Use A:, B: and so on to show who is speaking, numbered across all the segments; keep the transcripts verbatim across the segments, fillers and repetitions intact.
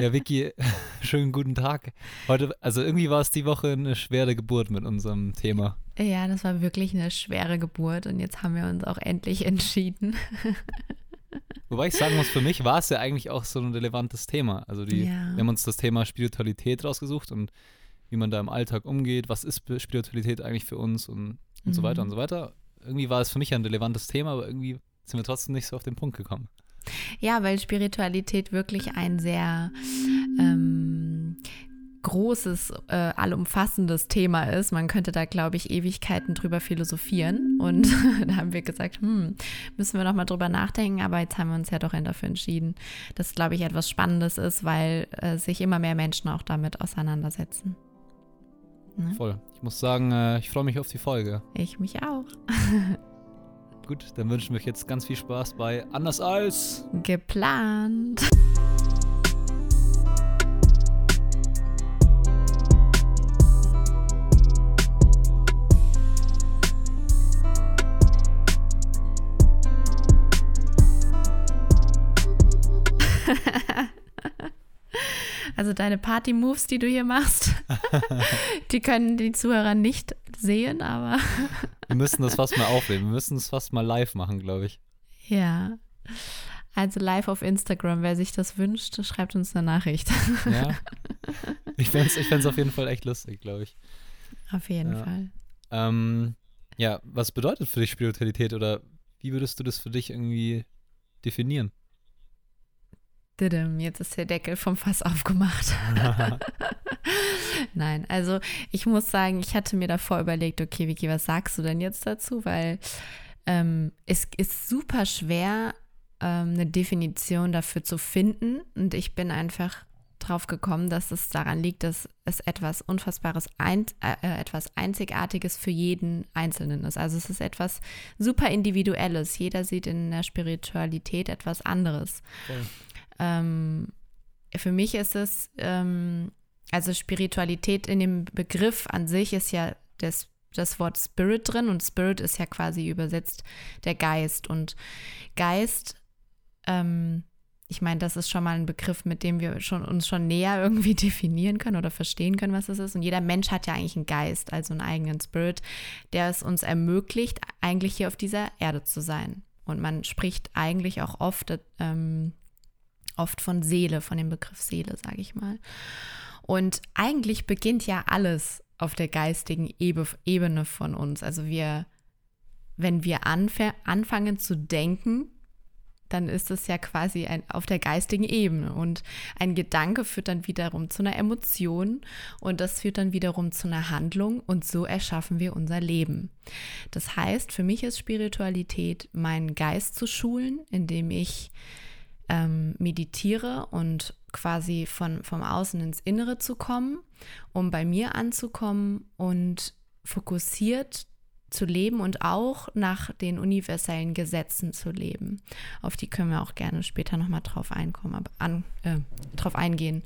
A: Ja, Vicky, schönen guten Tag. Heute, also irgendwie war es die Woche eine schwere Geburt mit unserem Thema.
B: Ja, das war wirklich eine schwere Geburt und jetzt haben wir uns auch endlich entschieden.
A: Wobei ich sagen muss, für mich war es ja eigentlich auch so ein relevantes Thema. Also die,
B: Ja.
A: wir haben uns das Thema Spiritualität rausgesucht und wie man da im Alltag umgeht, was ist Spiritualität eigentlich für uns und, und
B: Mhm.
A: so weiter und so weiter. Irgendwie war es für mich ja ein relevantes Thema, aber irgendwie sind wir trotzdem nicht so auf den Punkt gekommen.
B: Ja, weil Spiritualität wirklich ein sehr ähm, großes, äh, allumfassendes Thema ist. Man könnte da, glaube ich, Ewigkeiten drüber philosophieren. Und da haben wir gesagt, hm, müssen wir noch mal drüber nachdenken. Aber jetzt haben wir uns ja doch dafür entschieden, dass, glaube ich, etwas Spannendes ist, weil äh, sich immer mehr Menschen auch damit auseinandersetzen. Ne?
A: Voll. Ich muss sagen, äh, ich freue mich auf die Folge.
B: Ich mich auch.
A: Gut, dann wünschen wir euch jetzt ganz viel Spaß bei Anders als
B: Geplant. Also deine Party-Moves, die du hier machst, die können die Zuhörer nicht sehen, aber
A: wir müssen das fast mal aufnehmen. Wir müssen es fast mal live machen, glaube ich.
B: ja. Also live auf Instagram, wer sich das wünscht, schreibt uns eine Nachricht.
A: Ja. Ich fände es ich fänd's auf jeden Fall echt lustig, glaube ich.
B: Auf jeden
A: Ja.
B: Fall.
A: Ähm, ja, was bedeutet für dich Spiritualität oder wie würdest du das für dich irgendwie definieren?
B: Didim, jetzt ist der Deckel vom Fass aufgemacht. Nein, also ich muss sagen, ich hatte mir davor überlegt, okay, Vicky, was sagst du denn jetzt dazu? Weil ähm, es ist super schwer, ähm, eine Definition dafür zu finden. Und ich bin einfach drauf gekommen, dass es daran liegt, dass es etwas Unfassbares, ein, äh, etwas Einzigartiges für jeden Einzelnen ist. Also es ist etwas super Individuelles. Jeder sieht in der Spiritualität etwas anderes.
A: Voll.
B: Ähm, für mich ist es, ähm, also Spiritualität in dem Begriff an sich ist ja das, das Wort Spirit drin und Spirit ist ja quasi übersetzt der Geist und Geist, ähm, ich meine, das ist schon mal ein Begriff, mit dem wir schon, uns schon näher irgendwie definieren können oder verstehen können, was es ist. Und jeder Mensch hat ja eigentlich einen Geist, also einen eigenen Spirit, der es uns ermöglicht, eigentlich hier auf dieser Erde zu sein. Und man spricht eigentlich auch oft, ähm, oft von Seele, von dem Begriff Seele, sage ich mal. Und eigentlich beginnt ja alles auf der geistigen Ebene von uns. Also wir, wenn wir anf- anfangen zu denken, dann ist es ja quasi ein, auf der geistigen Ebene. Und ein Gedanke führt dann wiederum zu einer Emotion und das führt dann wiederum zu einer Handlung und so erschaffen wir unser Leben. Das heißt, für mich ist Spiritualität, meinen Geist zu schulen, indem ich ähm, meditiere und quasi von, vom Außen ins Innere zu kommen, um bei mir anzukommen und fokussiert zu leben und auch nach den universellen Gesetzen zu leben. Auf die können wir auch gerne später nochmal drauf einkommen, aber an, äh, drauf eingehen.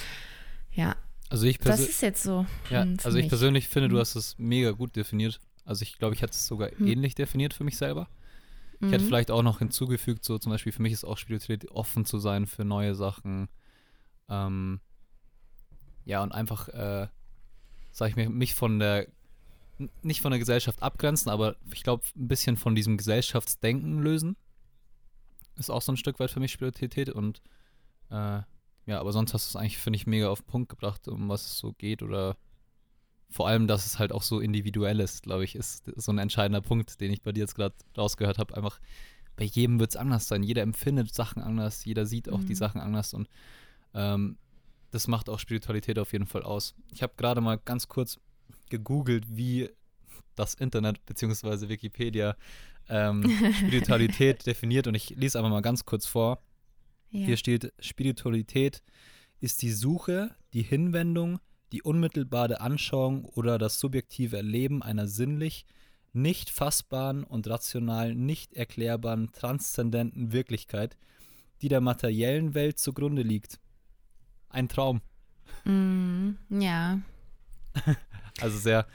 B: Ja,
A: Also ich
B: das
A: persö-
B: ist jetzt so.
A: ja,
B: hm, für
A: also ich
B: mich.
A: persönlich finde, du
B: Mhm.
A: hast es mega gut definiert. Also ich glaube, ich hätte es sogar
B: Mhm.
A: ähnlich definiert für mich selber. Ich hätte
B: Mhm.
A: vielleicht auch noch hinzugefügt, so zum Beispiel für mich ist auch Spiritualität offen zu sein für neue Sachen. Ähm, ja, und einfach, äh, sag ich mir, mich von der, n- nicht von der Gesellschaft abgrenzen, aber ich glaube, ein bisschen von diesem Gesellschaftsdenken lösen. Ist auch so ein Stück weit für mich Spiritualität und äh, ja, aber sonst hast du es eigentlich, finde ich, mega auf den Punkt gebracht, um was es so geht oder vor allem, dass es halt auch so individuell ist, glaube ich, ist so ein entscheidender Punkt, den ich bei dir jetzt gerade rausgehört habe. Einfach, bei jedem wird es anders sein. Jeder empfindet Sachen anders, jeder sieht auch
B: Mhm.
A: die Sachen anders und ähm, das macht auch Spiritualität auf jeden Fall aus. Ich habe gerade mal ganz kurz gegoogelt, wie das Internet bzw. Wikipedia ähm, Spiritualität definiert und ich lese einfach mal ganz kurz vor.
B: Ja.
A: Hier steht, Spiritualität ist die Suche, die Hinwendung, die unmittelbare Anschauung oder das subjektive Erleben einer sinnlich nicht fassbaren und rational nicht erklärbaren transzendenten Wirklichkeit, die der materiellen Welt zugrunde liegt. Ein Traum.
B: Mhm. Ja.
A: Also sehr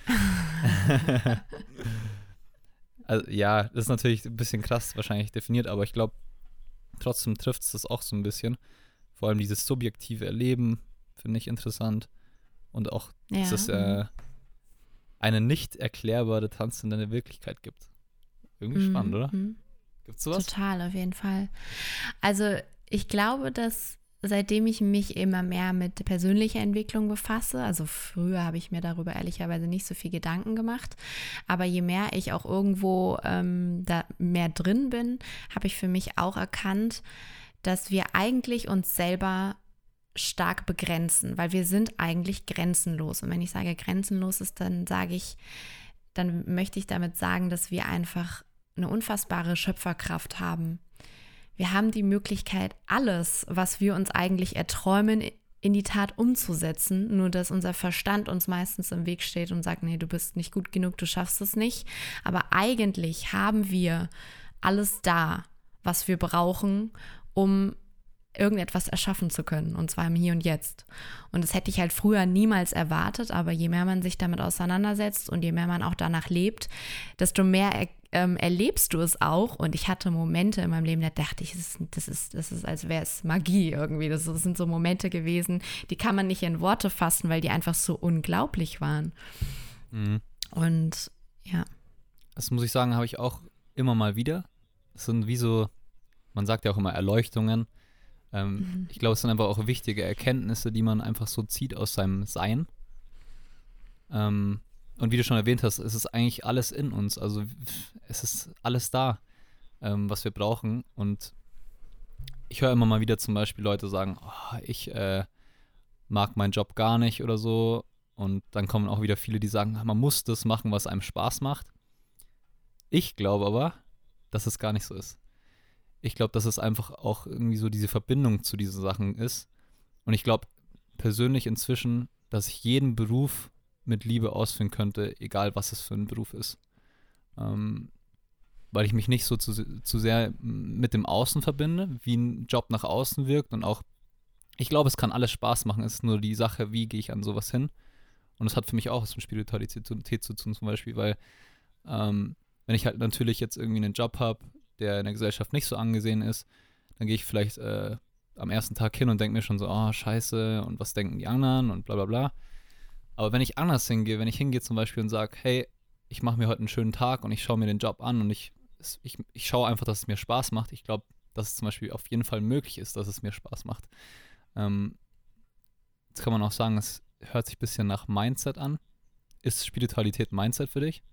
A: also ja, das ist natürlich ein bisschen krass wahrscheinlich definiert, aber ich glaube, trotzdem trifft es das auch so ein bisschen. vor allem dieses subjektive Erleben finde ich interessant. Und auch,
B: Ja.
A: dass es äh, eine nicht erklärbare transzendente Wirklichkeit gibt. Irgendwie
B: Mhm.
A: spannend, oder?
B: Mhm.
A: Gibt's sowas?
B: Total, auf jeden Fall. Also ich glaube, dass seitdem ich mich immer mehr mit persönlicher Entwicklung befasse, also früher habe ich mir darüber ehrlicherweise nicht so viel Gedanken gemacht, aber je mehr ich auch irgendwo ähm, da mehr drin bin, habe ich für mich auch erkannt, dass wir eigentlich uns selber stark begrenzen, weil wir sind eigentlich grenzenlos. Und wenn ich sage grenzenlos ist, dann sage ich, dann möchte ich damit sagen, dass wir einfach eine unfassbare Schöpferkraft haben. Wir haben die Möglichkeit, alles, was wir uns eigentlich erträumen, in die Tat umzusetzen, nur dass unser Verstand uns meistens im Weg steht und sagt, nee, du bist nicht gut genug, du schaffst es nicht. Aber eigentlich haben wir alles da, was wir brauchen, um irgendetwas erschaffen zu können, und zwar im Hier und Jetzt. Und das hätte ich halt früher niemals erwartet, aber je mehr man sich damit auseinandersetzt und je mehr man auch danach lebt, desto mehr er, ähm, erlebst du es auch. Und ich hatte Momente in meinem Leben, da dachte ich, das ist, das ist, das ist als wäre es Magie irgendwie. Das, das sind so Momente gewesen, die kann man nicht in Worte fassen, weil die einfach so unglaublich waren.
A: Mhm.
B: Und ja.
A: Das muss ich sagen, habe ich auch immer mal wieder. Das sind wie so, man sagt ja auch immer Erleuchtungen. Ähm,
B: Mhm.
A: Ich glaube, es sind einfach auch wichtige Erkenntnisse, die man einfach so zieht aus seinem Sein. Ähm, und wie du schon erwähnt hast, ist es eigentlich alles in uns. Also es ist alles da, ähm, was wir brauchen. Und ich höre immer mal wieder zum Beispiel Leute sagen, oh, ich äh, mag meinen Job gar nicht oder so. Und dann kommen auch wieder viele, die sagen, man muss das machen, was einem Spaß macht. Ich glaube aber, dass es gar nicht so ist. Ich glaube, dass es einfach auch irgendwie so diese Verbindung zu diesen Sachen ist. Und ich glaube persönlich inzwischen, dass ich jeden Beruf mit Liebe ausführen könnte, egal was es für ein Beruf ist. Ähm, weil ich mich nicht so zu, zu sehr mit dem Außen verbinde, wie ein Job nach außen wirkt. Und auch, ich glaube, es kann alles Spaß machen. Es ist nur die Sache, wie gehe ich an sowas hin. Und das hat für mich auch was mit Spiritualität zu tun, zum Beispiel, weil ähm, wenn ich halt natürlich jetzt irgendwie einen Job habe, der in der Gesellschaft nicht so angesehen ist, dann gehe ich vielleicht äh, am ersten Tag hin und denke mir schon so, oh, scheiße, und was denken die anderen und bla bla bla. Aber wenn ich anders hingehe, wenn ich hingehe zum Beispiel und sage, hey, ich mache mir heute einen schönen Tag und ich schaue mir den Job an und ich, ich, ich schaue einfach, dass es mir Spaß macht. Ich glaube, dass es zum Beispiel auf jeden Fall möglich ist, dass es mir Spaß macht. Ähm, jetzt kann man auch sagen, es hört sich ein bisschen nach Mindset an. Ist Spiritualität Mindset für dich?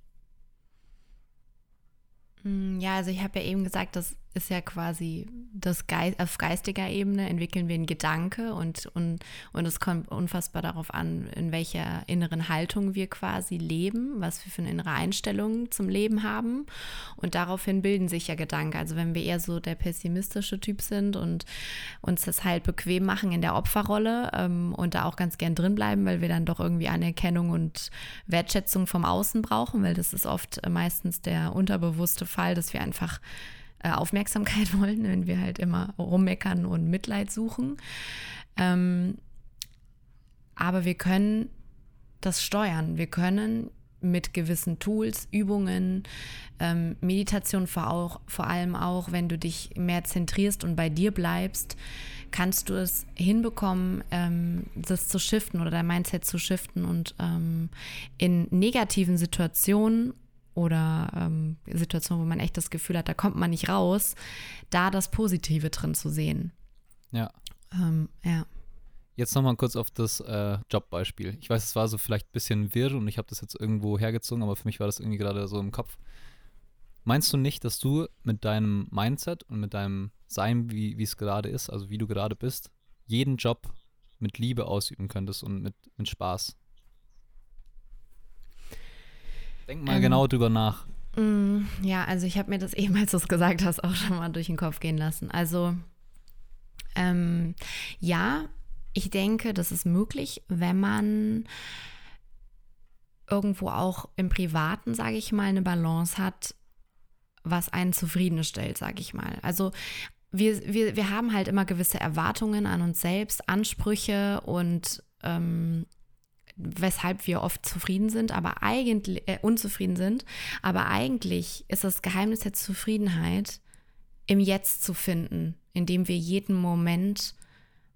B: Ja, also ich habe ja eben gesagt, das ist ja quasi das Geist, auf geistiger Ebene entwickeln wir einen Gedanke und, und, und es kommt unfassbar darauf an, in welcher inneren Haltung wir quasi leben, was wir für eine innere Einstellung zum Leben haben, und daraufhin bilden sich ja Gedanken. Also wenn wir eher so der pessimistische Typ sind und uns das halt bequem machen in der Opferrolle ähm, und da auch ganz gern drin bleiben, weil wir dann doch irgendwie Anerkennung und Wertschätzung vom Außen brauchen, weil das ist oft äh, meistens der unterbewusste Fall, dass wir einfach Aufmerksamkeit wollen, wenn wir halt immer rummeckern und Mitleid suchen. Ähm, aber wir können das steuern. Wir können mit gewissen Tools, Übungen, ähm, Meditation vor, auch, vor allem auch, wenn du dich mehr zentrierst und bei dir bleibst, kannst du es hinbekommen, ähm, das zu shiften oder dein Mindset zu shiften und ähm, in negativen Situationen oder ähm, Situationen, wo man echt das Gefühl hat, da kommt man nicht raus, da das Positive drin zu sehen.
A: Ja.
B: Ähm, ja.
A: Jetzt nochmal kurz auf das äh, Jobbeispiel. Ich weiß, es war so vielleicht ein bisschen wirr und ich habe das jetzt irgendwo hergezogen, aber für mich war das irgendwie gerade so im Kopf. Meinst du nicht, dass du mit deinem Mindset und mit deinem Sein, wie wie es gerade ist, also wie du gerade bist, jeden Job mit Liebe ausüben könntest und mit, mit Spaß? Denk mal ähm, genau drüber nach.
B: Mh, ja, also ich habe mir das eben, als du es gesagt hast, auch schon mal durch den Kopf gehen lassen. Also ähm, ja, ich denke, das ist möglich, wenn man irgendwo auch im Privaten, sage ich mal, eine Balance hat, was einen zufriedenstellt, sage ich mal. Also wir, wir, wir haben halt immer gewisse Erwartungen an uns selbst, Ansprüche und ähm, weshalb wir oft zufrieden sind, aber eigentlich äh, unzufrieden sind. Aber eigentlich ist das Geheimnis der Zufriedenheit im Jetzt zu finden, indem wir jeden Moment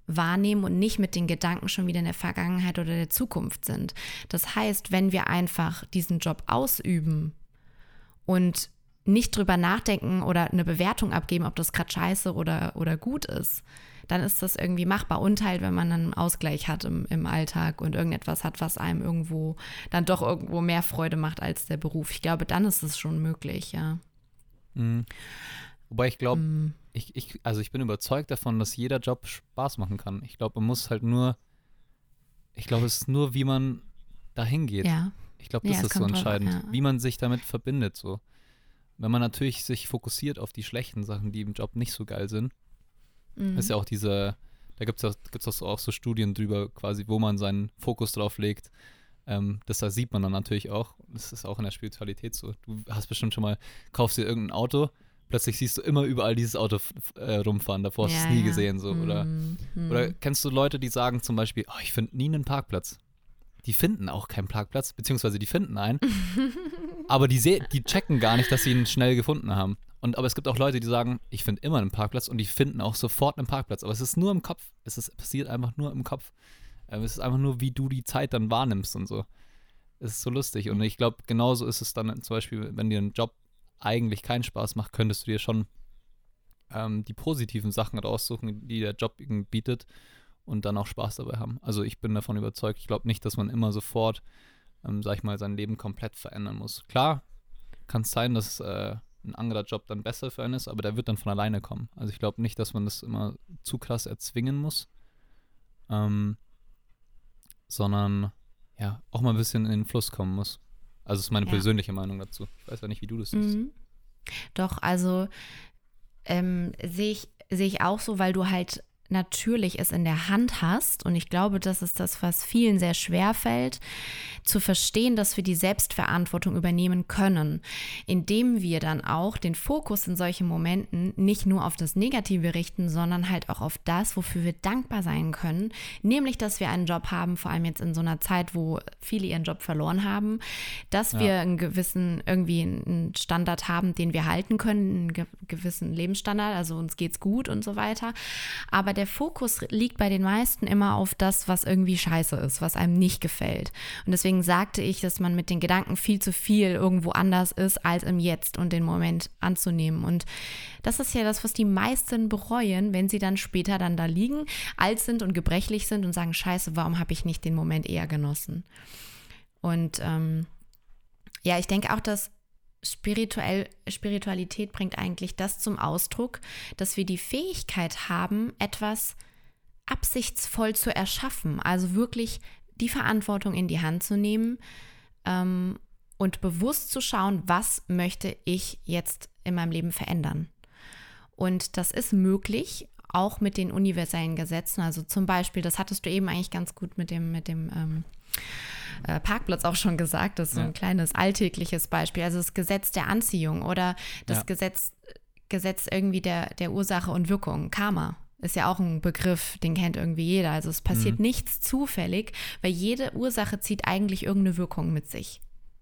B: wahrnehmen und nicht mit den Gedanken schon wieder in der Vergangenheit oder der Zukunft sind. Das heißt, wenn wir einfach diesen Job ausüben und nicht drüber nachdenken oder eine Bewertung abgeben, ob das gerade scheiße oder, oder gut ist, dann ist das irgendwie machbar. Und halt, wenn man einen Ausgleich hat im, im Alltag und irgendetwas hat, was einem irgendwo dann doch irgendwo mehr Freude macht als der Beruf. Ich glaube, dann ist es schon möglich, ja.
A: Mhm. Wobei ich glaube,
B: Mhm.
A: ich, ich, also ich bin überzeugt davon, dass jeder Job Spaß machen kann. Ich glaube, man muss halt nur, ich glaube, es ist nur, wie man dahin geht.
B: Ja.
A: Ich glaube,
B: Ja,
A: das
B: es
A: ist so
B: kommt drauf an,
A: entscheidend,
B: ja.
A: wie man sich damit verbindet. So. Wenn man natürlich sich fokussiert auf die schlechten Sachen, die im Job nicht so geil sind,
B: Mhm.
A: ist ja auch diese, da gibt es auch, gibt's auch, so, auch so Studien drüber, quasi, wo man seinen Fokus drauf legt. Ähm, das da sieht man dann natürlich auch. Das ist auch in der Spiritualität so. Du hast bestimmt schon mal, kaufst dir irgendein Auto, plötzlich siehst du immer überall dieses Auto äh, rumfahren. Davor hast du
B: Ja,
A: es nie
B: ja.
A: gesehen. So. Oder,
B: Mhm.
A: oder kennst du Leute, die sagen zum Beispiel, oh, ich finde nie einen Parkplatz. Die finden auch keinen Parkplatz, beziehungsweise die finden einen, aber die, seh- die checken gar nicht, dass sie ihn schnell gefunden haben. Und, aber es gibt auch Leute, die sagen, ich finde immer einen Parkplatz und die finden auch sofort einen Parkplatz. Aber es ist nur im Kopf. Es ist, passiert einfach nur im Kopf. Ähm, es ist einfach nur, wie du die Zeit dann wahrnimmst und so. Es ist so lustig. Und ich glaube, genauso ist es dann zum Beispiel, wenn dir ein Job eigentlich keinen Spaß macht, könntest du dir schon ähm, die positiven Sachen raussuchen, die der Job irgendwie bietet und dann auch Spaß dabei haben. Also ich bin davon überzeugt, ich glaube nicht, dass man immer sofort, ähm, sag ich mal, sein Leben komplett verändern muss. Klar, kann es sein, dass äh, ein anderer Job dann besser für einen ist, aber der wird dann von alleine kommen. Also ich glaube nicht, dass man das immer zu krass erzwingen muss, ähm, sondern ja, auch mal ein bisschen in den Fluss kommen muss. Also das ist meine
B: Ja.
A: persönliche Meinung dazu. Ich weiß ja nicht, wie du das siehst.
B: Mhm. Doch, also ähm, sehe ich, sehe ich auch so, weil du halt natürlich es in der Hand hast und ich glaube, das ist das, was vielen sehr schwer fällt, zu verstehen, dass wir die Selbstverantwortung übernehmen können, indem wir dann auch den Fokus in solchen Momenten nicht nur auf das Negative richten, sondern halt auch auf das, wofür wir dankbar sein können, nämlich, dass wir einen Job haben, vor allem jetzt in so einer Zeit, wo viele ihren Job verloren haben, dass
A: Ja.
B: wir einen gewissen, irgendwie einen Standard haben, den wir halten können, einen ge- gewissen Lebensstandard, also uns geht's gut und so weiter, aber der Fokus liegt bei den meisten immer auf das, was irgendwie scheiße ist, was einem nicht gefällt. Und deswegen sagte ich, dass man mit den Gedanken viel zu viel irgendwo anders ist, als im Jetzt und den Moment anzunehmen. Und das ist ja das, was die meisten bereuen, wenn sie dann später dann da liegen, alt sind und gebrechlich sind und sagen, scheiße, warum habe ich nicht den Moment eher genossen? Und ähm, ja, ich denke auch, dass Spirituell, Spiritualität bringt eigentlich das zum Ausdruck, dass wir die Fähigkeit haben, etwas absichtsvoll zu erschaffen, also wirklich die Verantwortung in die Hand zu nehmen ähm, und bewusst zu schauen, was möchte ich jetzt in meinem Leben verändern. Und das ist möglich, auch mit den universellen Gesetzen, also zum Beispiel, das hattest du eben eigentlich ganz gut mit dem, mit dem ähm, äh, Parkplatz auch schon gesagt, das ist so ein
A: Ja.
B: kleines alltägliches Beispiel, also das Gesetz der Anziehung oder das
A: Ja.
B: Gesetz, Gesetz irgendwie der, der Ursache und Wirkung, Karma. Ist ja auch ein Begriff, den kennt irgendwie jeder. Also es passiert
A: Mhm.
B: nichts zufällig, weil jede Ursache zieht eigentlich irgendeine Wirkung mit sich.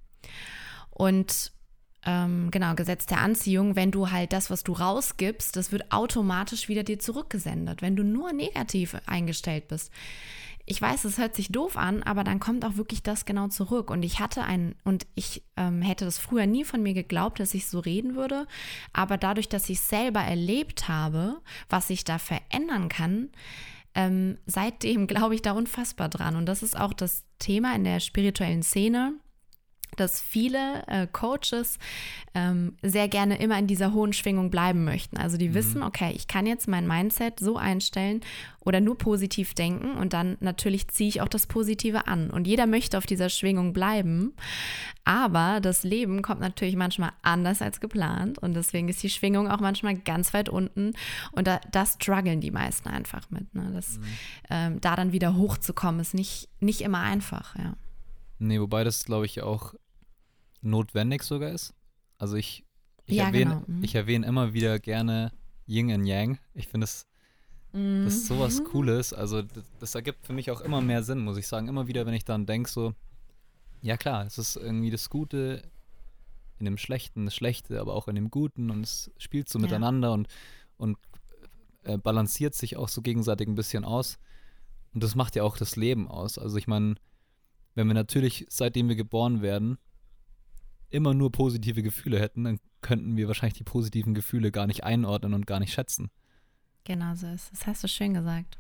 B: Und ähm, genau, Gesetz der Anziehung, wenn du halt das, was du rausgibst, das wird automatisch wieder dir zurückgesendet, wenn du nur negativ eingestellt bist. Ich weiß, es hört sich doof an, aber dann kommt auch wirklich das genau zurück. Und ich hatte einen, und ich ähm, hätte das früher nie von mir geglaubt, dass ich so reden würde. Aber dadurch, dass ich selber erlebt habe, was ich da verändern kann, ähm, seitdem glaube ich da unfassbar dran. Und das ist auch das Thema in der spirituellen Szene, dass viele äh, Coaches ähm, sehr gerne immer in dieser hohen Schwingung bleiben möchten. Also die
A: Mhm.
B: wissen, okay, ich kann jetzt mein Mindset so einstellen oder nur positiv denken und dann natürlich ziehe ich auch das Positive an. Und jeder möchte auf dieser Schwingung bleiben, aber das Leben kommt natürlich manchmal anders als geplant und deswegen ist die Schwingung auch manchmal ganz weit unten und da, da strugglen die meisten einfach mit. Ne? Das,
A: Mhm.
B: ähm, da dann wieder hochzukommen, ist nicht, nicht immer einfach, ja.
A: Nee, wobei das, glaube ich, auch notwendig sogar ist. Also ich, ich
B: Ja,
A: erwähne
B: genau. Mhm.
A: ich erwähne immer wieder gerne Yin und Yang. Ich finde, das,
B: Mhm.
A: das ist sowas Cooles. Also das, das ergibt für mich auch immer mehr Sinn, muss ich sagen. Immer wieder, wenn ich dann denke so, ja klar, es ist irgendwie das Gute in dem Schlechten, das Schlechte, aber auch in dem Guten und es spielt so
B: Ja.
A: miteinander und, und äh, balanciert sich auch so gegenseitig ein bisschen aus. Und das macht ja auch das Leben aus. Also ich meine, wenn wir natürlich, seitdem wir geboren werden, immer nur positive Gefühle hätten, dann könnten wir wahrscheinlich die positiven Gefühle gar nicht einordnen und gar nicht schätzen.
B: Genau so ist es. Das hast du schön gesagt.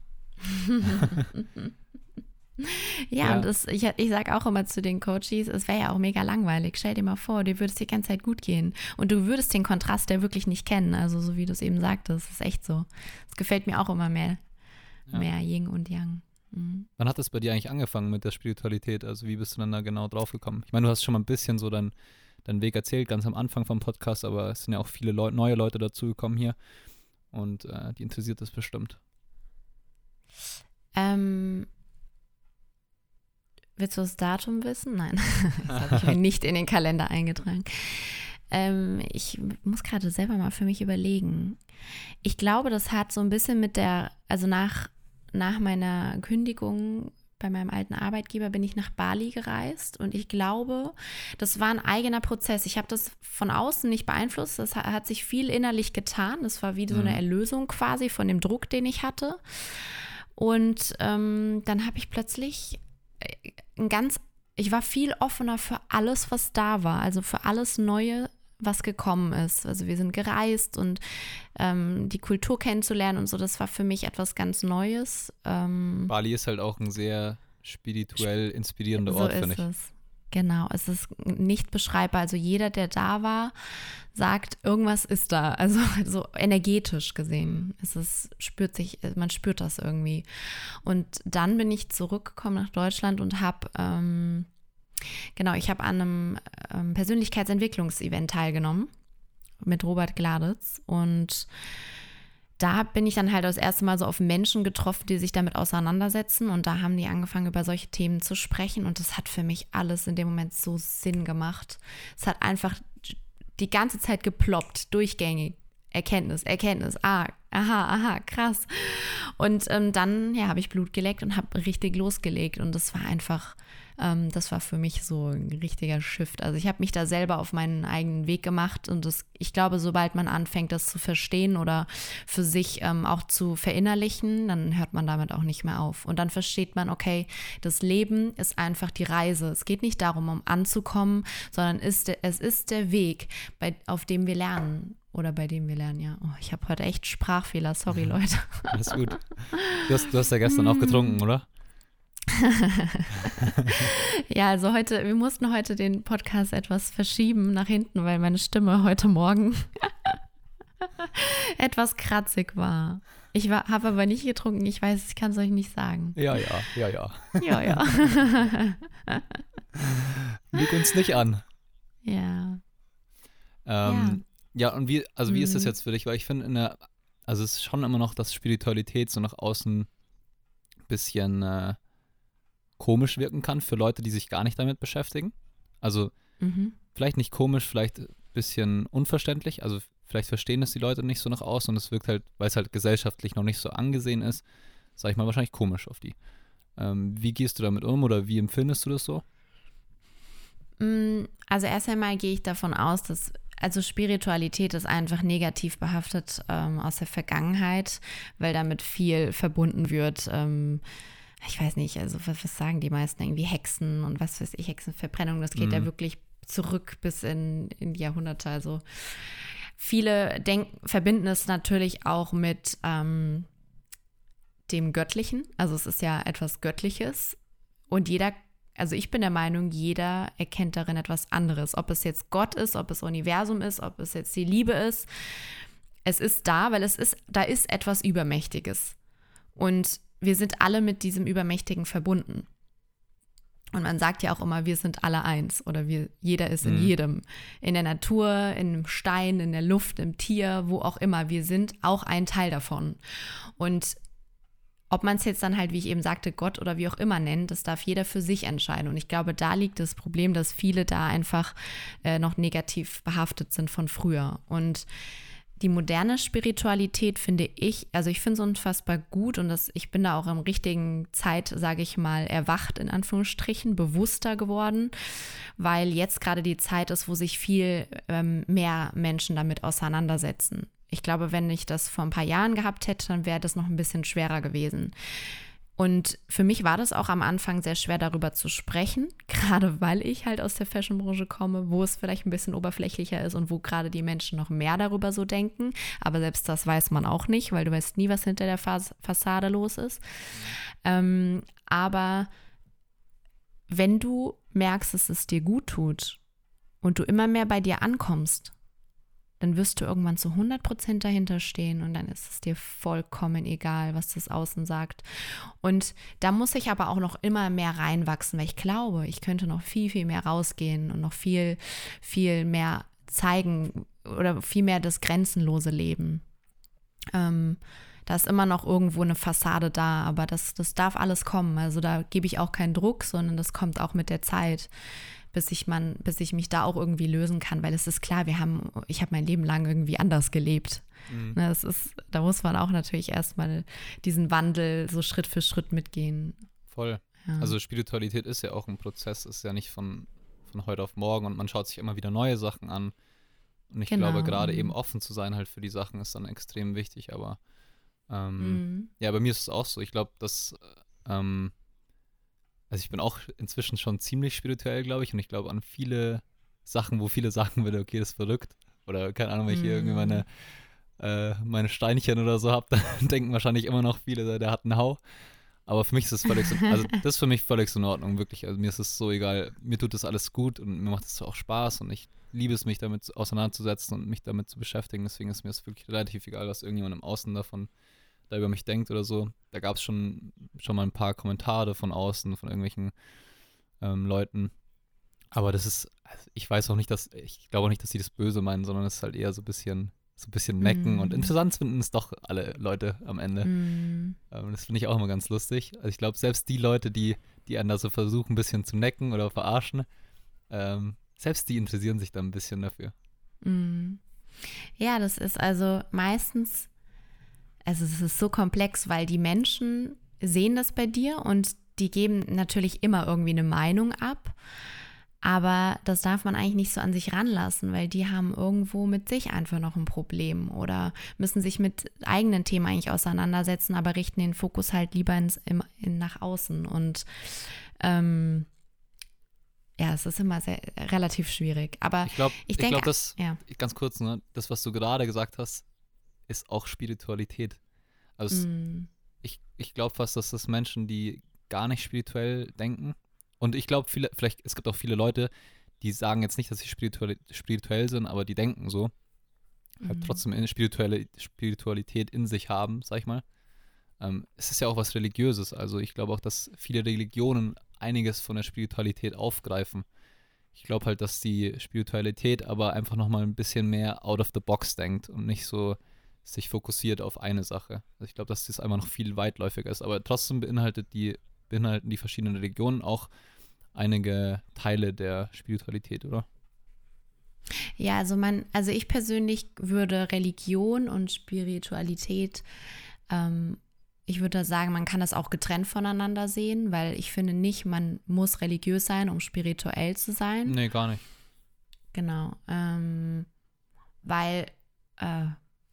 B: ja,
A: Ja.
B: und das, ich, ich sage auch immer zu den Coaches, es wäre ja auch mega langweilig. Stell dir mal vor, dir würde es die ganze Zeit gut gehen. Und du würdest den Kontrast ja wirklich nicht kennen. Also so wie du es eben sagtest, ist echt so. Das gefällt mir auch immer mehr.
A: Ja.
B: Mehr Yin und Yang. Mhm.
A: Wann hat das bei dir eigentlich angefangen mit der Spiritualität? Also wie bist du dann da genau drauf gekommen? Ich meine, du hast schon mal ein bisschen so dein, deinen Weg erzählt, ganz am Anfang vom Podcast, aber es sind ja auch viele Leu- neue Leute dazugekommen hier und äh, die interessiert das bestimmt.
B: Ähm, willst du das Datum wissen? Nein, das habe ich mir nicht in den Kalender eingetragen. Ähm, ich muss gerade selber mal für mich überlegen. Ich glaube, das hat so ein bisschen mit der, also nach, nach meiner Kündigung bei meinem alten Arbeitgeber bin ich nach Bali gereist und ich glaube, das war ein eigener Prozess. Ich habe das von außen nicht beeinflusst. Das hat, hat sich viel innerlich getan. Das war wie so eine
A: Mhm.
B: Erlösung quasi von dem Druck, den ich hatte. Und ähm, dann habe ich plötzlich ein ganz, ich war viel offener für alles, was da war, also für alles Neue, was gekommen ist. Also wir sind gereist und ähm, die Kultur kennenzulernen und so, das war für mich etwas ganz Neues. Ähm,
A: Bali ist halt auch ein sehr spirituell inspirierender
B: so
A: Ort,
B: ist
A: finde ich.
B: es. Genau, es ist nicht beschreibbar. Also jeder, der da war, sagt, irgendwas ist da. Also so energetisch gesehen. Es ist, spürt sich, man spürt das irgendwie. Und dann bin ich zurückgekommen nach Deutschland und habe, ähm, genau, ich habe an einem ähm, Persönlichkeitsentwicklungsevent teilgenommen mit Robert Gladitz. Und da bin ich dann halt das erste Mal so auf Menschen getroffen, die sich damit auseinandersetzen. Und da haben die angefangen, über solche Themen zu sprechen. Und das hat für mich alles in dem Moment so Sinn gemacht. Es hat einfach die ganze Zeit geploppt, durchgängig. Erkenntnis, Erkenntnis, ah, aha, aha, krass. Und ähm, dann, ja, habe ich Blut geleckt und habe richtig losgelegt. Und das war einfach, ähm, das war für mich so ein richtiger Shift. Also ich habe mich da selber auf meinen eigenen Weg gemacht. Und das, ich glaube, sobald man anfängt, das zu verstehen oder für sich ähm, auch zu verinnerlichen, dann hört man damit auch nicht mehr auf. Und dann versteht man, okay, das Leben ist einfach die Reise. Es geht nicht darum, um anzukommen, sondern ist, es ist der Weg, bei, auf dem wir lernen. Oder bei dem wir lernen, ja. Oh, ich habe heute echt Sprachfehler, sorry, Leute.
A: Alles gut. Du hast, du hast ja gestern auch getrunken, oder?
B: Ja, also heute, wir mussten heute den Podcast etwas verschieben nach hinten, weil meine Stimme heute Morgen etwas kratzig war. Ich habe aber nicht getrunken, ich weiß, ich kann es euch nicht sagen.
A: Ja, ja, ja, ja.
B: Ja, ja.
A: Lüg uns nicht an.
B: Ja.
A: Ähm, ja. ja, und wie, also wie ist das
B: Mhm.
A: jetzt für dich? Weil ich finde, in der, also es ist schon immer noch, dass Spiritualität so nach außen ein bisschen äh, komisch wirken kann für Leute, die sich gar nicht damit beschäftigen. Also
B: Mhm.
A: vielleicht nicht komisch, vielleicht ein bisschen unverständlich. Also vielleicht verstehen es die Leute nicht so nach außen und es wirkt halt, weil es halt gesellschaftlich noch nicht so angesehen ist, sag ich mal, wahrscheinlich komisch auf die. Ähm, wie gehst du damit um oder wie empfindest du das so?
B: Mm, Also erst einmal gehe ich davon aus, dass also Spiritualität ist einfach negativ behaftet ähm, aus der Vergangenheit, weil damit viel verbunden wird. Ähm, ich weiß nicht, also was, was sagen die meisten irgendwie Hexen und was weiß ich, Hexenverbrennung, das geht
A: Mhm.
B: ja wirklich zurück bis in, in die Jahrhunderte. Also viele denken, verbinden es natürlich auch mit ähm, dem Göttlichen. Also es ist ja etwas Göttliches und jeder, also ich bin der Meinung, jeder erkennt darin etwas anderes. Ob es jetzt Gott ist, ob es Universum ist, ob es jetzt die Liebe ist. Es ist da, weil es ist, da ist etwas Übermächtiges. Und wir sind alle mit diesem Übermächtigen verbunden. Und man sagt ja auch immer, wir sind alle eins oder wir, jeder ist in
A: Mhm.
B: jedem. In der Natur, in einem Stein, in der Luft, im Tier, wo auch immer. Wir sind auch ein Teil davon. Und ob man es jetzt dann halt, wie ich eben sagte, Gott oder wie auch immer nennt, das darf jeder für sich entscheiden. Und ich glaube, da liegt das Problem, dass viele da einfach äh, noch negativ behaftet sind von früher. Und die moderne Spiritualität finde ich, also ich finde es unfassbar gut und das, ich bin da auch im richtigen Zeit, sage ich mal, erwacht, in Anführungsstrichen, bewusster geworden, weil jetzt gerade die Zeit ist, wo sich viel ähm, mehr Menschen damit auseinandersetzen. Ich glaube, wenn ich das vor ein paar Jahren gehabt hätte, dann wäre das noch ein bisschen schwerer gewesen. Und für mich war das auch am Anfang sehr schwer, darüber zu sprechen, gerade weil ich halt aus der Fashionbranche komme, wo es vielleicht ein bisschen oberflächlicher ist und wo gerade die Menschen noch mehr darüber so denken. Aber selbst das weiß man auch nicht, weil du weißt nie, was hinter der Fas- Fassade los ist. Ähm, aber wenn du merkst, dass es dir gut tut und du immer mehr bei dir ankommst, dann wirst du irgendwann zu hundert Prozent dahinter stehen und dann ist es dir vollkommen egal, was das Außen sagt. Und da muss ich aber auch noch immer mehr reinwachsen, weil ich glaube, ich könnte noch viel, viel mehr rausgehen und noch viel, viel mehr zeigen oder viel mehr das grenzenlose Leben. Ähm, da ist immer noch irgendwo eine Fassade da, aber das, das darf alles kommen. Also da gebe ich auch keinen Druck, sondern das kommt auch mit der Zeit, bis ich man, bis ich mich da auch irgendwie lösen kann, weil es ist klar, wir haben, ich habe mein Leben lang irgendwie anders gelebt. Mhm. Ne, das ist, da muss man auch natürlich erstmal diesen Wandel so Schritt für Schritt mitgehen.
A: Voll. Ja. Also Spiritualität ist ja auch ein Prozess, ist ja nicht von, von heute auf morgen und man schaut sich immer wieder neue Sachen an. Und ich genau. glaube, gerade eben offen zu sein halt für die Sachen ist dann extrem wichtig, aber ähm, mhm. ja, bei mir ist es auch so. Ich glaube, dass ähm, also ich bin auch inzwischen schon ziemlich spirituell, glaube ich, und ich glaube an viele Sachen, wo viele sagen würden, okay, das ist verrückt. Oder keine Ahnung, wenn ich hier irgendwie meine, äh, meine Steinchen oder so habe, dann denken wahrscheinlich immer noch viele, der hat einen Hau. Aber für mich ist das völlig so, also das ist für mich völlig so in Ordnung, wirklich. Also mir ist es so egal, mir tut das alles gut und mir macht es auch Spaß und ich liebe es, mich damit auseinanderzusetzen und mich damit zu beschäftigen. Deswegen ist mir es wirklich relativ egal, was irgendjemand im Außen davon da über mich denkt oder so. Da gab es schon, schon mal ein paar Kommentare von außen, von irgendwelchen ähm, Leuten. Aber das ist, also ich weiß auch nicht, dass, ich glaube auch nicht, dass sie das böse meinen, sondern es ist halt eher so ein bisschen, so ein bisschen necken. Mm. Und interessant finden es doch alle Leute am Ende. Mm. Ähm, das finde ich auch immer ganz lustig. Also ich glaube, selbst die Leute, die, die einen da so versuchen, ein bisschen zu necken oder verarschen, ähm, selbst die interessieren sich dann ein bisschen dafür.
B: Mm. Ja, das ist also meistens, also es ist so komplex, weil die Menschen sehen das bei dir und die geben natürlich immer irgendwie eine Meinung ab, aber das darf man eigentlich nicht so an sich ranlassen, weil die haben irgendwo mit sich einfach noch ein Problem oder müssen sich mit eigenen Themen eigentlich auseinandersetzen, aber richten den Fokus halt lieber ins, im, in, nach außen und ähm, ja, es ist immer sehr, relativ schwierig, aber
A: ich glaube,
B: ich
A: denke,
B: ich
A: glaub, das, ja. ganz kurz, ne, das, was du gerade gesagt hast, ist auch Spiritualität. Also mm. ich, ich glaube fast, dass das Menschen, die gar nicht spirituell denken, und ich glaube, viele, vielleicht, es gibt auch viele Leute, die sagen jetzt nicht, dass sie spirituell, spirituell sind, aber die denken so, mm. halt trotzdem eine spirituelle Spiritualität in sich haben, sag ich mal. Ähm, es ist ja auch was Religiöses, also ich glaube auch, dass viele Religionen einiges von der Spiritualität aufgreifen. Ich glaube halt, dass die Spiritualität aber einfach nochmal ein bisschen mehr out of the box denkt und nicht so sich fokussiert auf eine Sache. Also ich glaube, dass das einfach noch viel weitläufiger ist, aber trotzdem beinhaltet die, beinhalten die verschiedenen Religionen auch einige Teile der Spiritualität, oder?
B: Ja, also man, also ich persönlich würde Religion und Spiritualität, ähm, ich würde sagen, man kann das auch getrennt voneinander sehen, weil ich finde nicht, man muss religiös sein, um spirituell zu sein.
A: Nee, gar nicht.
B: Genau, ähm, weil äh,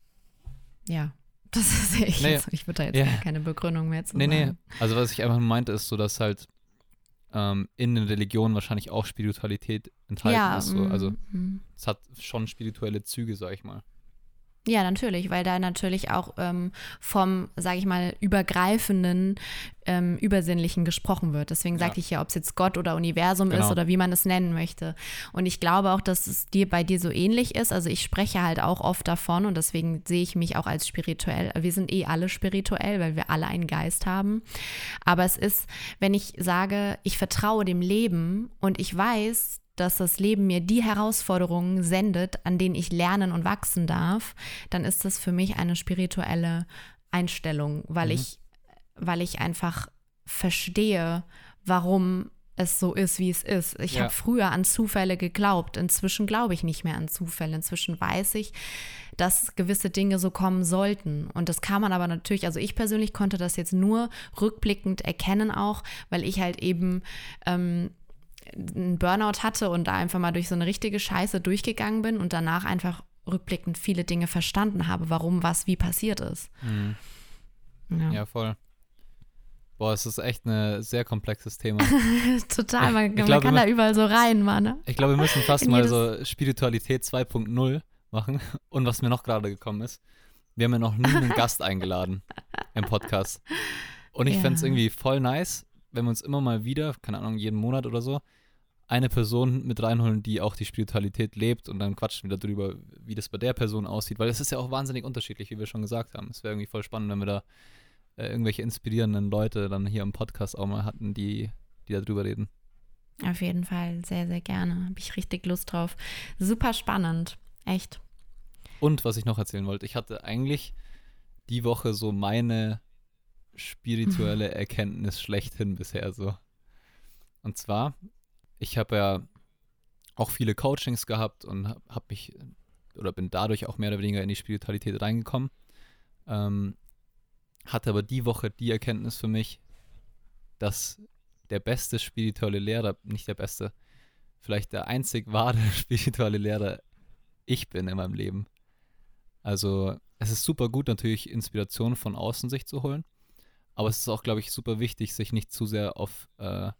B: ja, das sehe ich
A: nee,
B: jetzt. Ich würde da jetzt
A: ja.
B: keine Begründung mehr zu
A: nee,
B: sagen.
A: Nee, also was ich einfach meinte, ist so, dass halt ähm, in den Religionen wahrscheinlich auch Spiritualität enthalten
B: ja,
A: ist. So. Also
B: mm,
A: es hat schon spirituelle Züge, sag ich mal.
B: Ja, natürlich, weil da natürlich auch ähm, vom, sage ich mal, übergreifenden, ähm, Übersinnlichen gesprochen wird. Deswegen sagte ja. ich ja, ob es jetzt Gott oder Universum genau. ist oder wie man es nennen möchte. Und ich glaube auch, dass es dir bei dir so ähnlich ist. Also ich spreche halt auch oft davon und deswegen sehe ich mich auch als spirituell. Wir sind eh alle spirituell, weil wir alle einen Geist haben. Aber es ist, wenn ich sage, ich vertraue dem Leben und ich weiß, dass das Leben mir die Herausforderungen sendet, an denen ich lernen und wachsen darf, dann ist das für mich eine spirituelle Einstellung, weil mhm. ich, weil ich einfach verstehe, warum es so ist, wie es ist. Ich ja. habe früher an Zufälle geglaubt, inzwischen glaube ich nicht mehr an Zufälle. Inzwischen weiß ich, dass gewisse Dinge so kommen sollten. Und das kann man aber natürlich, also ich persönlich konnte das jetzt nur rückblickend erkennen auch, weil ich halt eben ähm, einen Burnout hatte und da einfach mal durch so eine richtige Scheiße durchgegangen bin und danach einfach rückblickend viele Dinge verstanden habe, warum was wie passiert ist.
A: Mhm.
B: Ja.
A: Ja, voll. Boah, es ist echt ein sehr komplexes Thema.
B: Total, man,
A: Ich
B: man
A: glaub,
B: kann
A: wir
B: da überall so rein, Mann. Ne?
A: Ich glaube, wir müssen fast
B: In
A: mal
B: jedes-
A: so Spiritualität zwei Punkt null machen. Und was mir noch gerade gekommen ist, wir haben ja noch nie einen Gast eingeladen im Podcast. Und ich
B: Ja.
A: fände es irgendwie voll nice, wenn wir uns immer mal wieder, keine Ahnung, jeden Monat oder so, eine Person mit reinholen, die auch die Spiritualität lebt und dann quatschen wir darüber, wie das bei der Person aussieht. Weil es ist ja auch wahnsinnig unterschiedlich, wie wir schon gesagt haben. Es wäre irgendwie voll spannend, wenn wir da äh, irgendwelche inspirierenden Leute dann hier im Podcast auch mal hatten, die, die darüber reden.
B: Auf jeden Fall, sehr, sehr gerne. Habe ich richtig Lust drauf. Super spannend, echt.
A: Und was ich noch erzählen wollte, ich hatte eigentlich die Woche so meine spirituelle Erkenntnis schlechthin bisher so. Und zwar, ich habe ja auch viele Coachings gehabt und habe hab mich oder bin dadurch auch mehr oder weniger in die Spiritualität reingekommen. Ähm, hatte aber die Woche die Erkenntnis für mich, dass der beste spirituelle Lehrer, nicht der beste, vielleicht der einzig wahre spirituelle Lehrer ich bin in meinem Leben. Also es ist super gut natürlich Inspiration von außen sich zu holen, aber es ist auch, glaube ich, super wichtig, sich nicht zu sehr auf äh,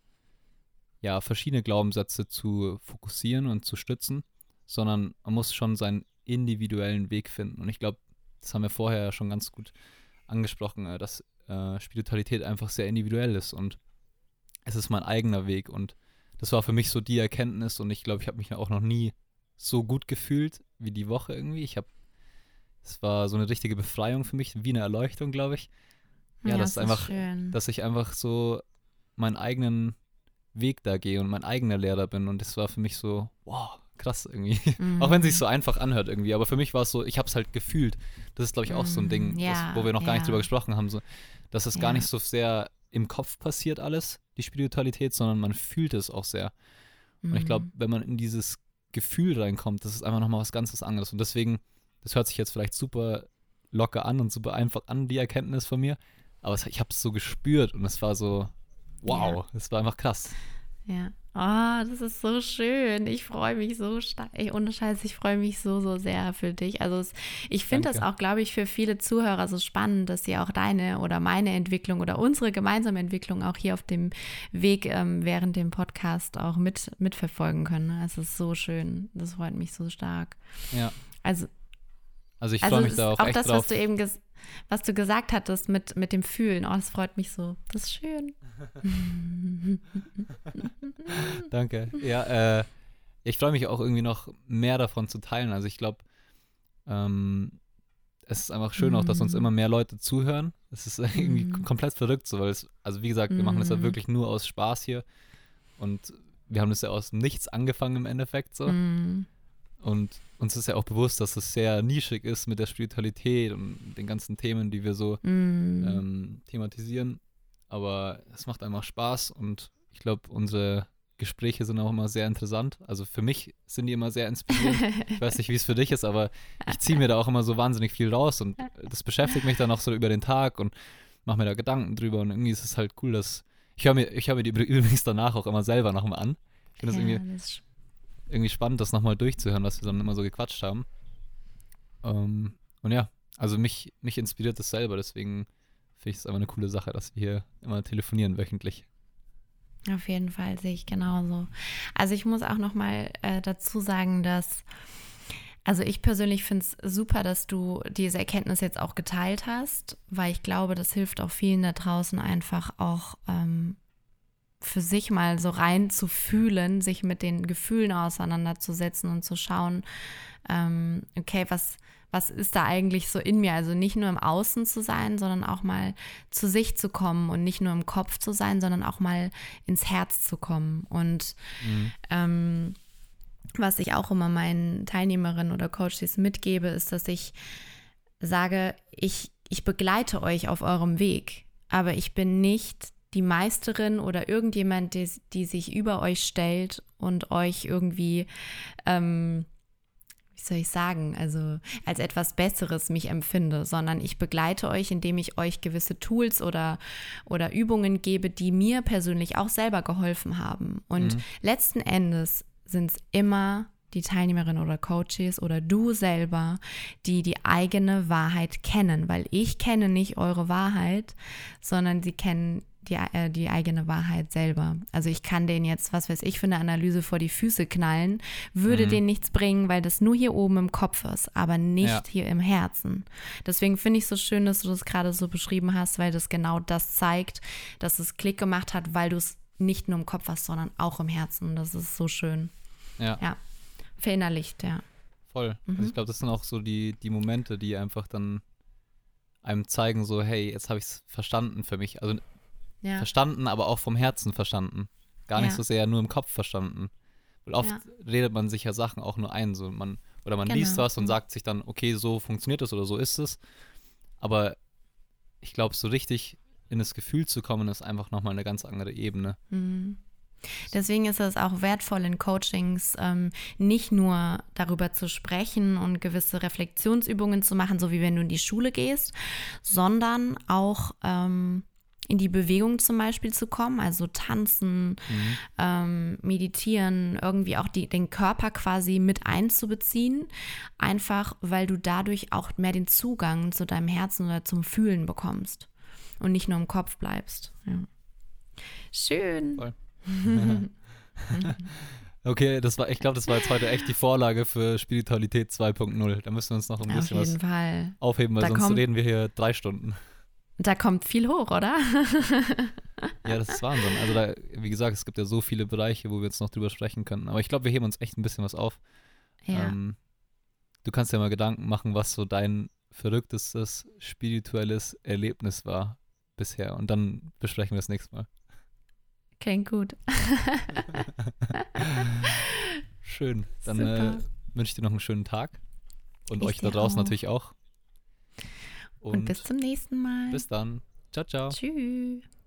A: ja, verschiedene Glaubenssätze zu fokussieren und zu stützen, sondern man muss schon seinen individuellen Weg finden. Und ich glaube, das haben wir vorher ja schon ganz gut angesprochen, äh, dass äh, Spiritualität einfach sehr individuell ist und es ist mein eigener Weg. Und das war für mich so die Erkenntnis und ich glaube, ich habe mich auch noch nie so gut gefühlt wie die Woche irgendwie. Ich habe, es war so eine richtige Befreiung für mich, wie eine Erleuchtung, glaube ich. Ja, das ist einfach,
B: schön.
A: dass ich einfach so meinen eigenen Weg da gehe und mein eigener Lehrer bin und das war für mich so, wow, krass irgendwie.
B: Mhm.
A: Auch wenn es sich so einfach anhört irgendwie, aber für mich war es so, ich habe es halt gefühlt. Das ist, glaube ich, auch so ein Ding,
B: Mm, ja,
A: das, wo wir noch gar
B: ja.
A: nicht drüber gesprochen haben, so, dass es gar
B: Ja.
A: nicht so sehr im Kopf passiert alles, die Spiritualität, sondern man fühlt es auch sehr. Und ich glaube, wenn man in dieses Gefühl reinkommt, das ist einfach nochmal was ganz was anderes. Und deswegen, das hört sich jetzt vielleicht super locker an und super einfach an, die Erkenntnis von mir, aber es, ich habe es so gespürt und es war so, wow, es war einfach krass.
B: Ja. Oh, das ist so schön. Ich freue mich so stark. Ey, ohne Scheiß, ich freue mich so, so sehr für dich. Also es, ich finde das
A: Danke.
B: auch, glaube ich, für viele Zuhörer so spannend, dass sie auch deine oder meine Entwicklung oder unsere gemeinsame Entwicklung auch hier auf dem Weg ähm, während dem Podcast auch mit, mitverfolgen können. Es ist so schön. Das freut mich so stark.
A: Ja,
B: Also,
A: also ich
B: also
A: freue mich
B: es
A: da
B: ist
A: auch
B: auch
A: echt
B: das,
A: drauf.
B: was du eben ges was du gesagt hattest mit, mit dem Fühlen. Oh, das freut mich so. Das ist schön.
A: Danke. Ja, äh, ich freue mich auch irgendwie noch mehr davon zu teilen. Also ich glaube, ähm, es ist einfach schön auch, dass uns
B: Mm.
A: immer mehr Leute zuhören. Es ist irgendwie
B: Mm.
A: komplett verrückt so, weil es, also wie gesagt, wir machen das ja
B: Mm.
A: wirklich nur aus Spaß hier und wir haben das ja aus nichts angefangen im Endeffekt so.
B: Mm.
A: Und uns ist ja auch bewusst, dass es sehr nischig ist mit der Spiritualität und den ganzen Themen, die wir so
B: Mm.
A: ähm, thematisieren. Aber es macht einfach Spaß und ich glaube, unsere Gespräche sind auch immer sehr interessant. Also für mich sind die immer sehr inspirierend. Ich weiß nicht, wie es für dich ist, aber ich ziehe mir da auch immer so wahnsinnig viel raus und das beschäftigt mich dann auch so über den Tag und mache mir da Gedanken drüber und irgendwie ist es halt cool, dass ich höre mir, ich höre mir die übrigens danach auch immer selber nochmal an. Ich finde das
B: Ja,
A: irgendwie,
B: das ist
A: irgendwie spannend, das nochmal durchzuhören, was wir dann immer so gequatscht haben. Ähm, und ja, also mich, mich inspiriert das selber, deswegen finde ich es einfach eine coole Sache, dass wir hier immer telefonieren wöchentlich.
B: Auf jeden Fall, sehe ich genauso. Also ich muss auch noch mal äh, dazu sagen, dass, also ich persönlich finde es super, dass du diese Erkenntnis jetzt auch geteilt hast, weil ich glaube, das hilft auch vielen da draußen einfach auch ähm, für sich mal so rein zu fühlen, sich mit den Gefühlen auseinanderzusetzen und zu schauen, ähm, okay, was was ist da eigentlich so in mir? Also nicht nur im Außen zu sein, sondern auch mal zu sich zu kommen und nicht nur im Kopf zu sein, sondern auch mal ins Herz zu kommen. Und
A: Mhm.
B: ähm, was ich auch immer meinen Teilnehmerinnen oder Coaches mitgebe, ist, dass ich sage, ich, ich begleite euch auf eurem Weg, aber ich bin nicht die Meisterin oder irgendjemand, die, die sich über euch stellt und euch irgendwie ähm, wie soll ich sagen, also als etwas Besseres mich empfinde, sondern ich begleite euch, indem ich euch gewisse Tools oder, oder Übungen gebe, die mir persönlich auch selber geholfen haben. Und
A: Mhm.
B: letzten Endes sind es immer die Teilnehmerin oder Coaches oder du selber, die die eigene Wahrheit kennen, weil ich kenne nicht eure Wahrheit, sondern sie kennen die, äh, die eigene Wahrheit selber. Also ich kann denen jetzt, was weiß ich, für eine Analyse vor die Füße knallen, würde
A: Mhm.
B: denen nichts bringen, weil das nur hier oben im Kopf ist, aber nicht
A: Ja.
B: hier im Herzen. Deswegen finde ich es so schön, dass du das gerade so beschrieben hast, weil das genau das zeigt, dass es Klick gemacht hat, weil du es nicht nur im Kopf hast, sondern auch im Herzen. Das ist so schön.
A: Ja,
B: Ja, verinnerlicht, ja.
A: voll. Also
B: Mhm.
A: ich glaube, das sind auch so die, die Momente, die einfach dann einem zeigen, so, hey, jetzt habe ich es verstanden für mich. Also
B: Ja,
A: verstanden, aber auch vom Herzen verstanden. Gar nicht
B: Ja.
A: so sehr nur im Kopf verstanden. Weil oft
B: Ja.
A: redet man sich ja Sachen auch nur ein. So man, oder man
B: Genau.
A: liest was und
B: Mhm.
A: sagt sich dann, okay, so funktioniert es oder so ist es. Aber ich glaube, so richtig in das Gefühl zu kommen, ist einfach nochmal eine ganz andere Ebene.
B: Mhm. Deswegen ist es auch wertvoll in Coachings, ähm, nicht nur darüber zu sprechen und gewisse Reflexionsübungen zu machen, so wie wenn du in die Schule gehst, sondern auch ähm, in die Bewegung zum Beispiel zu kommen, also tanzen,
A: Mhm.
B: ähm, meditieren, irgendwie auch die, den Körper quasi mit einzubeziehen, einfach weil du dadurch auch mehr den Zugang zu deinem Herzen oder zum Fühlen bekommst und nicht nur im Kopf bleibst. Ja. Schön.
A: Voll. Okay, das war, ich glaube, das war jetzt heute echt die Vorlage für Spiritualität zwei Punkt null. Da müssen wir uns noch ein
B: Auf
A: bisschen was
B: jeden Fall.
A: aufheben, weil
B: Da
A: sonst
B: kommt-
A: reden wir hier drei Stunden.
B: Da kommt viel hoch, oder?
A: Ja, das ist Wahnsinn. Also da, wie gesagt, es gibt ja so viele Bereiche, wo wir jetzt noch drüber sprechen können. Aber ich glaube, wir heben uns echt ein bisschen was auf.
B: Ja.
A: Ähm, du kannst ja mal Gedanken machen, was so dein verrücktestes spirituelles Erlebnis war bisher. Und dann besprechen wir das nächste Mal.
B: Klingt gut.
A: Schön. Dann äh,
B: Super.
A: wünsche ich dir noch einen schönen Tag. Und
B: Ich
A: euch da
B: dir
A: draußen
B: auch.
A: natürlich auch.
B: Und bis zum nächsten Mal.
A: bis dann. Ciao, ciao.
B: Tschüss.